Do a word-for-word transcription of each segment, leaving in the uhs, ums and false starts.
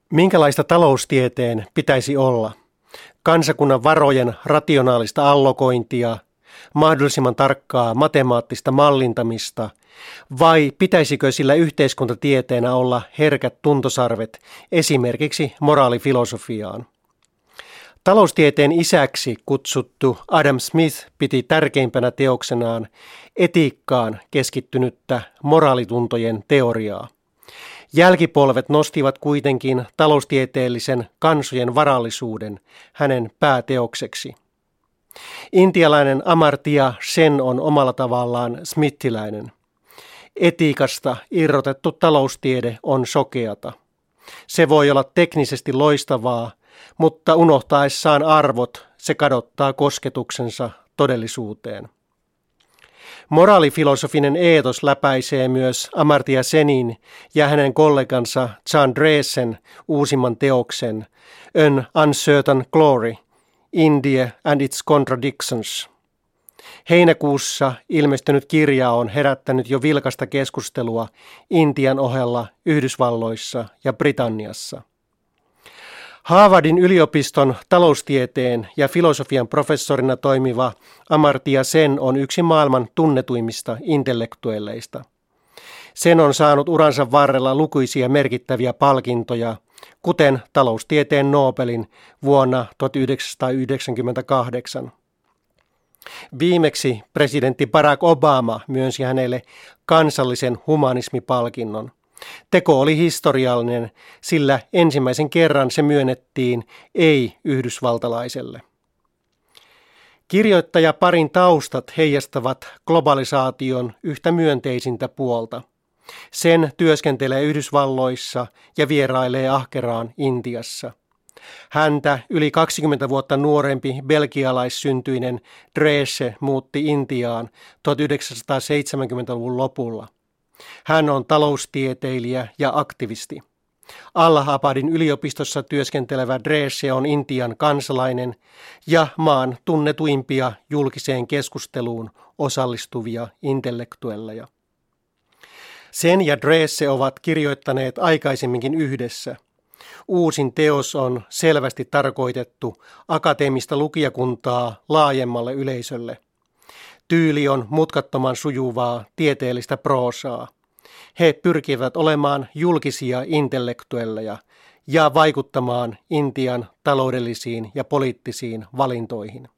Minkälaista taloustieteen pitäisi olla? Kansakunnan varojen rationaalista allokointia, mahdollisimman tarkkaa matemaattista mallintamista, vai pitäisikö sillä yhteiskuntatieteenä olla herkät tuntosarvet esimerkiksi moraalifilosofiaan? Taloustieteen isäksi kutsuttu Adam Smith piti tärkeimpänä teoksenaan etiikkaan keskittynyttä moraalituntojen teoriaa. Jälkipolvet nostivat kuitenkin taloustieteellisen kansojen varallisuuden hänen pääteokseksi. Intialainen Amartya Sen on omalla tavallaan smithiläinen. Etiikasta irrotettu taloustiede on sokeata. Se voi olla teknisesti loistavaa, mutta unohtaessaan arvot se kadottaa kosketuksensa todellisuuteen. Moraalifilosofinen eetos läpäisee myös Amartya Senin ja hänen kollegansa Chandresen uusimman teoksen An Uncertain Glory, India and its Contradictions. Heinäkuussa ilmestynyt kirja on herättänyt jo vilkasta keskustelua Intian ohella Yhdysvalloissa ja Britanniassa. Harvardin yliopiston taloustieteen ja filosofian professorina toimiva Amartya Sen on yksi maailman tunnetuimmista intellektuelleista. Sen on saanut uransa varrella lukuisia merkittäviä palkintoja, kuten taloustieteen Nobelin vuonna tuhatyhdeksänsataayhdeksänkymmentäkahdeksan. Viimeksi presidentti Barack Obama myönsi hänelle kansallisen humanismipalkinnon. Teko oli historiallinen, sillä ensimmäisen kerran se myönnettiin ei-yhdysvaltalaiselle. Kirjoittajaparin taustat heijastavat globalisaation yhtä myönteisintä puolta. Sen työskentelee Yhdysvalloissa ja vierailee ahkeraan Intiassa. Häntä yli kaksikymmentä vuotta nuorempi belgialaissyntyinen Dresche muutti Intiaan tuhatyhdeksänsataaseitsemänkymmentäluvun lopulla. Hän on taloustieteilijä ja aktivisti. Allahabadin yliopistossa työskentelevä Dresche on Intian kansalainen ja maan tunnetuimpia julkiseen keskusteluun osallistuvia intellektuelleja. Sen ja Dresche ovat kirjoittaneet aikaisemminkin yhdessä. Uusin teos on selvästi tarkoitettu akateemista lukijakuntaa laajemmalle yleisölle. Tyyli on mutkattoman sujuvaa tieteellistä proosaa. He pyrkivät olemaan julkisia intellektuelleja ja vaikuttamaan Intian taloudellisiin ja poliittisiin valintoihin.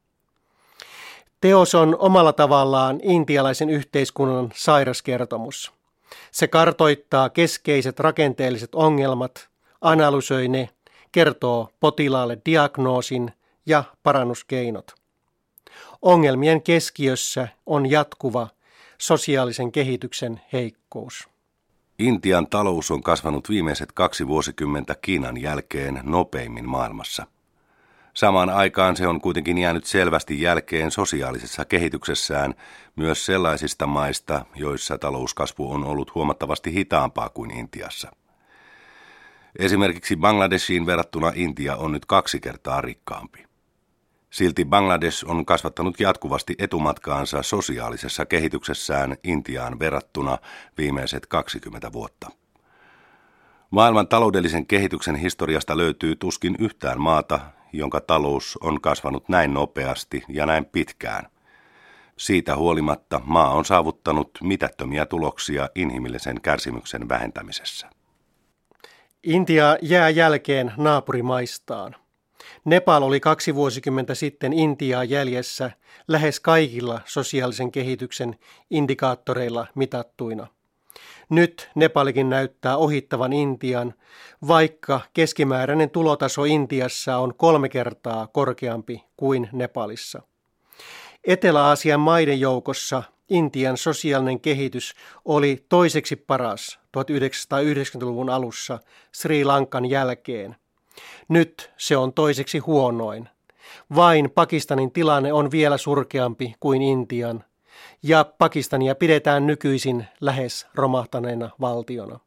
Teos on omalla tavallaan intialaisen yhteiskunnan sairaskertomus. Se kartoittaa keskeiset rakenteelliset ongelmat, analysoi ne, kertoo potilaalle diagnoosin ja parannuskeinot. Ongelmien keskiössä on jatkuva sosiaalisen kehityksen heikkous. Intian talous on kasvanut viimeiset kaksi vuosikymmentä Kiinan jälkeen nopeimmin maailmassa. Samaan aikaan se on kuitenkin jäänyt selvästi jälkeen sosiaalisessa kehityksessään myös sellaisista maista, joissa talouskasvu on ollut huomattavasti hitaampaa kuin Intiassa. Esimerkiksi Bangladeshiin verrattuna Intia on nyt kaksi kertaa rikkaampi. Silti Bangladesh on kasvattanut jatkuvasti etumatkaansa sosiaalisessa kehityksessään Intiaan verrattuna viimeiset kaksikymmentä vuotta. Maailman taloudellisen kehityksen historiasta löytyy tuskin yhtään maata, jonka talous on kasvanut näin nopeasti ja näin pitkään. Siitä huolimatta maa on saavuttanut mitättömiä tuloksia inhimillisen kärsimyksen vähentämisessä. Intia jää jälkeen naapurimaistaan. Nepal oli kaksi vuosikymmentä sitten Intiaa jäljessä lähes kaikilla sosiaalisen kehityksen indikaattoreilla mitattuina. Nyt Nepalikin näyttää ohittavan Intian, vaikka keskimääräinen tulotaso Intiassa on kolme kertaa korkeampi kuin Nepalissa. Etelä-Aasian maiden joukossa Intian sosiaalinen kehitys oli toiseksi paras tuhatyhdeksänsataayhdeksänkymmentäluvun alussa Sri Lankan jälkeen. Nyt se on toiseksi huonoin. Vain Pakistanin tilanne on vielä surkeampi kuin Intian, ja Pakistania pidetään nykyisin lähes romahtaneena valtiona.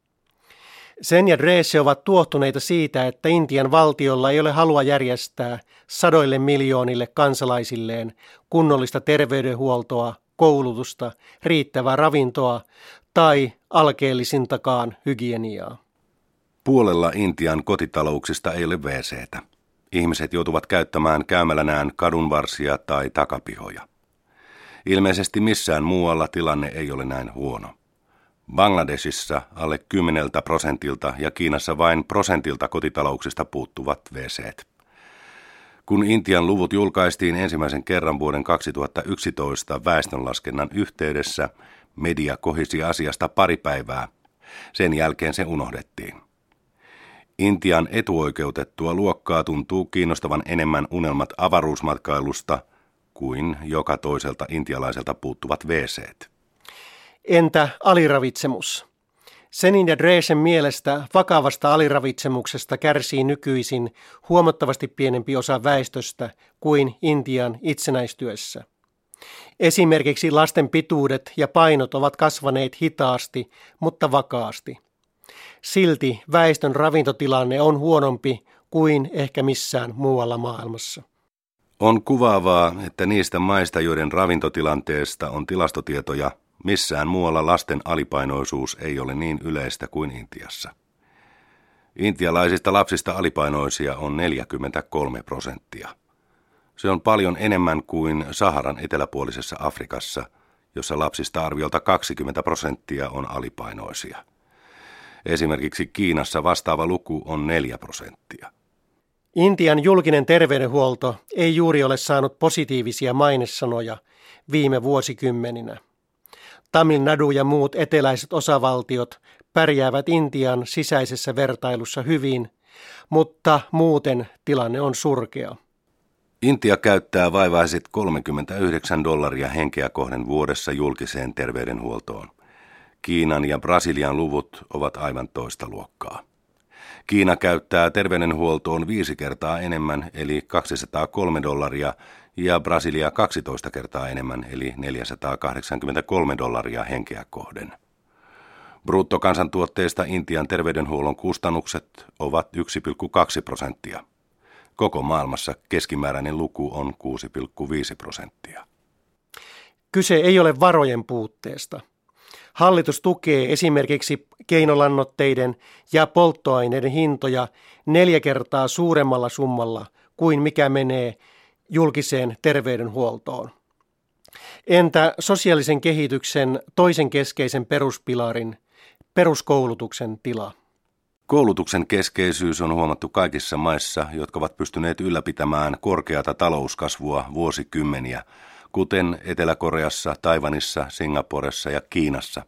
Sen ja Dresche ovat tuohtuneita siitä, että Intian valtiolla ei ole halua järjestää sadoille miljoonille kansalaisilleen kunnollista terveydenhuoltoa, koulutusta, riittävää ravintoa tai alkeellisintakaan hygieniaa. Puolella Intian kotitalouksista ei ole wee seetä. Ihmiset joutuvat käyttämään käymällänään kadunvarsia tai takapihoja. Ilmeisesti missään muualla tilanne ei ole näin huono. Bangladesissa alle kymmeneltä prosentilta ja Kiinassa vain prosentilta kotitalouksista puuttuvat wee seet. Kun Intian luvut julkaistiin ensimmäisen kerran vuoden kaksituhattayksitoista väestönlaskennan yhteydessä, media kohisi asiasta pari päivää. Sen jälkeen se unohdettiin. Intian etuoikeutettua luokkaa tuntuu kiinnostavan enemmän unelmat avaruusmatkailusta kuin joka toiselta intialaiselta puuttuvat wee seet. Entä aliravitsemus? Senin ja Dreesen mielestä vakavasta aliravitsemuksesta kärsii nykyisin huomattavasti pienempi osa väestöstä kuin Intian itsenäistyessä. Esimerkiksi lasten pituudet ja painot ovat kasvaneet hitaasti, mutta vakaasti. Silti väestön ravintotilanne on huonompi kuin ehkä missään muualla maailmassa. On kuvaavaa, että niistä maista, joiden ravintotilanteesta on tilastotietoja, missään muualla lasten alipainoisuus ei ole niin yleistä kuin Intiassa. Intialaisista lapsista alipainoisia on neljäkymmentäkolme prosenttia. Se on paljon enemmän kuin Saharan eteläpuolisessa Afrikassa, jossa lapsista arviolta kaksikymmentä prosenttia on alipainoisia. Esimerkiksi Kiinassa vastaava luku on neljä prosenttia. Intian julkinen terveydenhuolto ei juuri ole saanut positiivisia mainesanoja viime vuosikymmeninä. Tamil Nadu ja muut eteläiset osavaltiot pärjäävät Intian sisäisessä vertailussa hyvin, mutta muuten tilanne on surkea. Intia käyttää vaivaiset kolmekymmentäyhdeksän dollaria henkeä kohden vuodessa julkiseen terveydenhuoltoon. Kiinan ja Brasilian luvut ovat aivan toista luokkaa. Kiina käyttää terveydenhuoltoon viisi kertaa enemmän, eli kaksisataakolme dollaria, ja Brasilia kaksitoista kertaa enemmän, eli neljäsataakahdeksankymmentäkolme dollaria henkeä kohden. Bruttokansantuotteesta Intian terveydenhuollon kustannukset ovat yksi pilkku kaksi prosenttia. Koko maailmassa keskimääräinen luku on kuusi pilkku viisi prosenttia. Kyse ei ole varojen puutteesta. Hallitus tukee esimerkiksi keinolannoitteiden ja polttoaineiden hintoja neljä kertaa suuremmalla summalla kuin mikä menee julkiseen terveydenhuoltoon. Entä sosiaalisen kehityksen toisen keskeisen peruspilarin, peruskoulutuksen tila? Koulutuksen keskeisyys on huomattu kaikissa maissa, jotka ovat pystyneet ylläpitämään korkeata talouskasvua vuosikymmeniä, kuten Etelä-Koreassa, Taiwanissa, Singaporessa ja Kiinassa.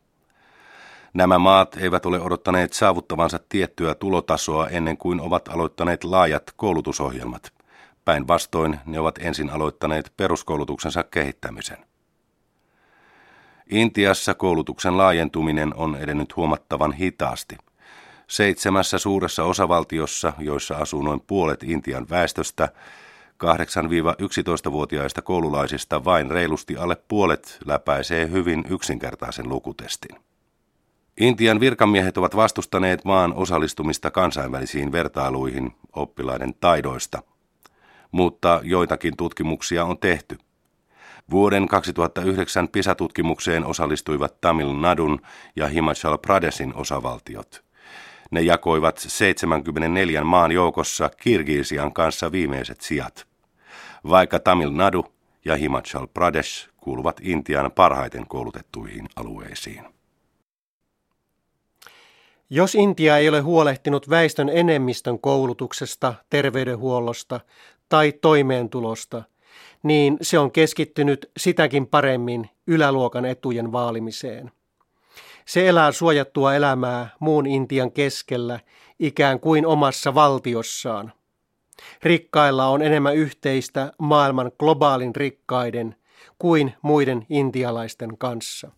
Nämä maat eivät ole odottaneet saavuttavansa tiettyä tulotasoa ennen kuin ovat aloittaneet laajat koulutusohjelmat. Päinvastoin ne ovat ensin aloittaneet peruskoulutuksensa kehittämisen. Intiassa koulutuksen laajentuminen on edennyt huomattavan hitaasti. Seitsemässä suuressa osavaltiossa, joissa asuu noin puolet Intian väestöstä, kahdeksan-yksitoistavuotiaista koululaisista vain reilusti alle puolet läpäisee hyvin yksinkertaisen lukutestin. Intian virkamiehet ovat vastustaneet maan osallistumista kansainvälisiin vertailuihin oppilaiden taidoista, mutta joitakin tutkimuksia on tehty. Vuoden kaksituhattayhdeksän PISA-tutkimukseen osallistuivat Tamil Nadun ja Himachal Pradeshin osavaltiot. Ne jakoivat seitsemänkymmentäneljä maan joukossa Kirgisian kanssa viimeiset sijat, vaikka Tamil Nadu ja Himachal Pradesh kuuluvat Intian parhaiten koulutettuihin alueisiin. Jos Intia ei ole huolehtinut väestön enemmistön koulutuksesta, terveydenhuollosta tai toimeentulosta, niin se on keskittynyt sitäkin paremmin yläluokan etujen vaalimiseen. Se elää suojattua elämää muun Intian keskellä ikään kuin omassa valtiossaan. Rikkailla on enemmän yhteistä maailman globaalin rikkaiden kuin muiden intialaisten kanssa.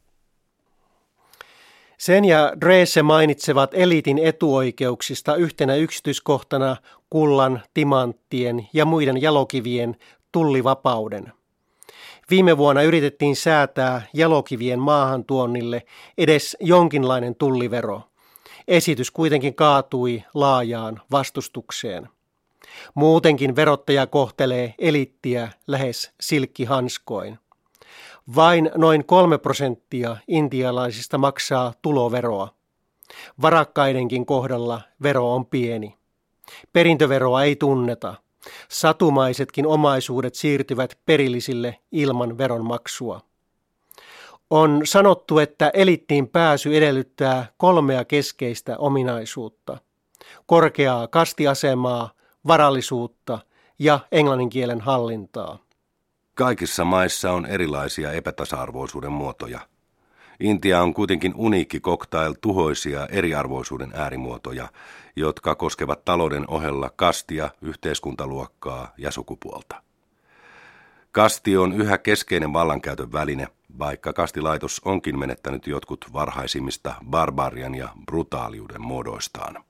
Sen ja Dreese mainitsevat eliitin etuoikeuksista yhtenä yksityiskohtana kullan, timanttien ja muiden jalokivien tullivapauden. Viime vuonna yritettiin säätää jalokivien maahantuonnille edes jonkinlainen tullivero. Esitys kuitenkin kaatui laajaan vastustukseen. Muutenkin verottaja kohtelee eliittiä lähes silkkihanskoin. Vain noin kolme prosenttia intialaisista maksaa tuloveroa. Varakkaidenkin kohdalla vero on pieni. Perintöveroa ei tunneta. Satumaisetkin omaisuudet siirtyvät perillisille ilman veronmaksua. On sanottu, että eliittiin pääsy edellyttää kolmea keskeistä ominaisuutta. Korkeaa kastiasemaa, varallisuutta ja englannin kielen hallintaa. Kaikissa maissa on erilaisia epätasa-arvoisuuden muotoja. Intia on kuitenkin uniikki cocktail tuhoisia eriarvoisuuden äärimuotoja, jotka koskevat talouden ohella kastia, yhteiskuntaluokkaa ja sukupuolta. Kasti on yhä keskeinen vallankäytön väline, vaikka kastilaitos onkin menettänyt jotkut varhaisimmista barbarian ja brutaaliuden muodoistaan.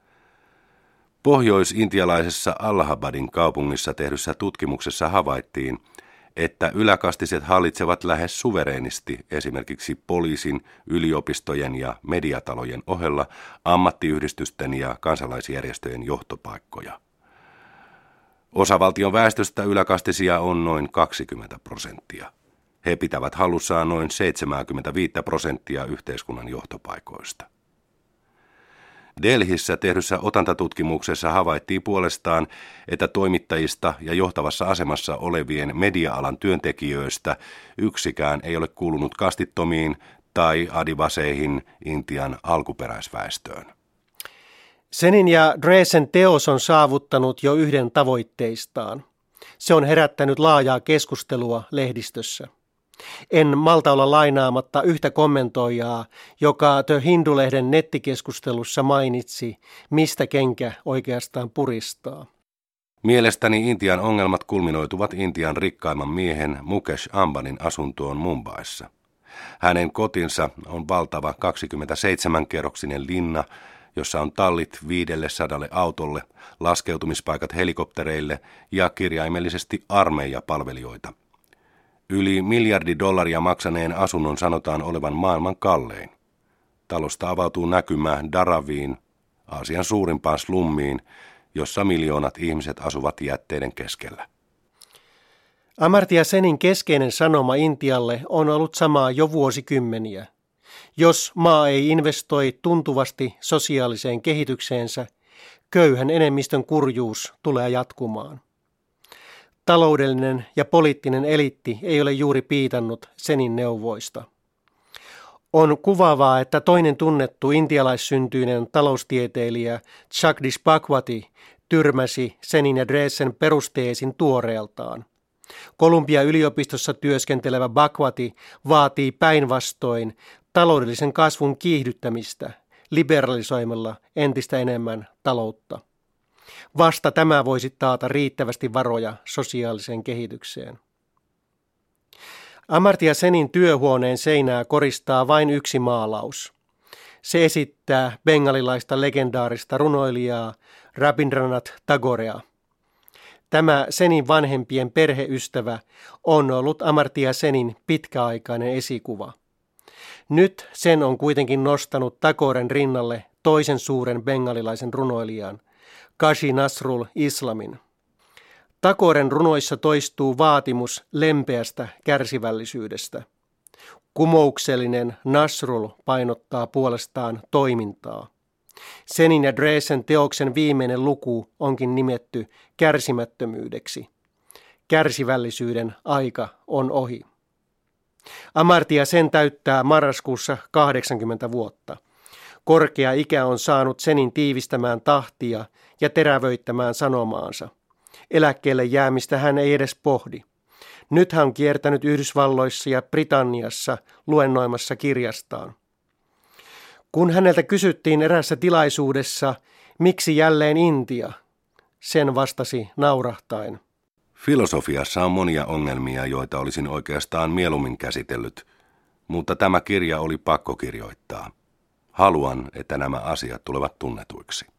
Pohjois-intialaisessa Allahabadin kaupungissa tehdyssä tutkimuksessa havaittiin, että yläkastiset hallitsevat lähes suvereenisti esimerkiksi poliisin, yliopistojen ja mediatalojen ohella ammattiyhdistysten ja kansalaisjärjestöjen johtopaikkoja. Osavaltion väestöstä yläkastisia on noin kaksikymmentä prosenttia. He pitävät hallussaan noin seitsemänkymmentäviisi prosenttia yhteiskunnan johtopaikoista. Delhissä tehdyssä otantatutkimuksessa havaittiin puolestaan, että toimittajista ja johtavassa asemassa olevien media-alan työntekijöistä yksikään ei ole kuulunut kastittomiin tai adivaseihin Intian alkuperäisväestöön. Senin ja Dreesen teos on saavuttanut jo yhden tavoitteistaan. Se on herättänyt laajaa keskustelua lehdistössä. En malta olla lainaamatta yhtä kommentoijaa, joka The Hindu-lehden nettikeskustelussa mainitsi, mistä kenkä oikeastaan puristaa. Mielestäni Intian ongelmat kulminoituvat Intian rikkaimman miehen Mukesh Ambanin asuntoon Mumbaissa. Hänen kotinsa on valtava kaksikymmentäseitsemän-kerroksinen linna, jossa on tallit viidessäsadassa autolle, laskeutumispaikat helikoptereille ja kirjaimellisesti armeijapalvelijoita. Yli miljardi dollaria maksaneen asunnon sanotaan olevan maailman kallein. Talosta avautuu näkymä Dharaviin, Aasian suurimpaan slummiin, jossa miljoonat ihmiset asuvat jätteiden keskellä. Amartya Senin keskeinen sanoma Intialle on ollut samaa jo vuosikymmeniä. Jos maa ei investoi tuntuvasti sosiaaliseen kehitykseensä, köyhän enemmistön kurjuus tulee jatkumaan. Taloudellinen ja poliittinen eliitti ei ole juuri piitannut Senin neuvoista. On kuvaavaa, että toinen tunnettu intialaissyntyinen taloustieteilijä Jagdish Bhagwati tyrmäsi Senin ja Dreesen perusteesin tuoreeltaan. Columbia-yliopistossa työskentelevä Bhagwati vaatii päinvastoin taloudellisen kasvun kiihdyttämistä liberalisoimalla entistä enemmän taloutta. Vasta tämä voisi taata riittävästi varoja sosiaaliseen kehitykseen. Amartya Senin työhuoneen seinää koristaa vain yksi maalaus. Se esittää bengalilaista legendaarista runoilijaa Rabindranath Tagorea. Tämä Senin vanhempien perheystävä on ollut Amartya Senin pitkäaikainen esikuva. Nyt sen on kuitenkin nostanut Tagoren rinnalle toisen suuren bengalilaisen runoilijan, Kazi Nazrul Islamin. Tagoren runoissa toistuu vaatimus lempeästä kärsivällisyydestä. Kumouksellinen Nazrul painottaa puolestaan toimintaa. Senin ja Dreesen teoksen viimeinen luku onkin nimetty kärsimättömyydeksi. Kärsivällisyyden aika on ohi. Amartya Sen täyttää marraskuussa kahdeksankymmentä vuotta. Korkea ikä on saanut Senin tiivistämään tahtia ja terävöittämään sanomaansa. Eläkkeelle jäämistä hän ei edes pohdi. Nyt hän on kiertänyt Yhdysvalloissa ja Britanniassa luennoimassa kirjastaan. Kun häneltä kysyttiin erässä tilaisuudessa, miksi jälleen Intia, Sen vastasi naurahtaen. Filosofiassa on monia ongelmia, joita olisin oikeastaan mieluummin käsitellyt, mutta tämä kirja oli pakko kirjoittaa. Haluan, että nämä asiat tulevat tunnetuiksi.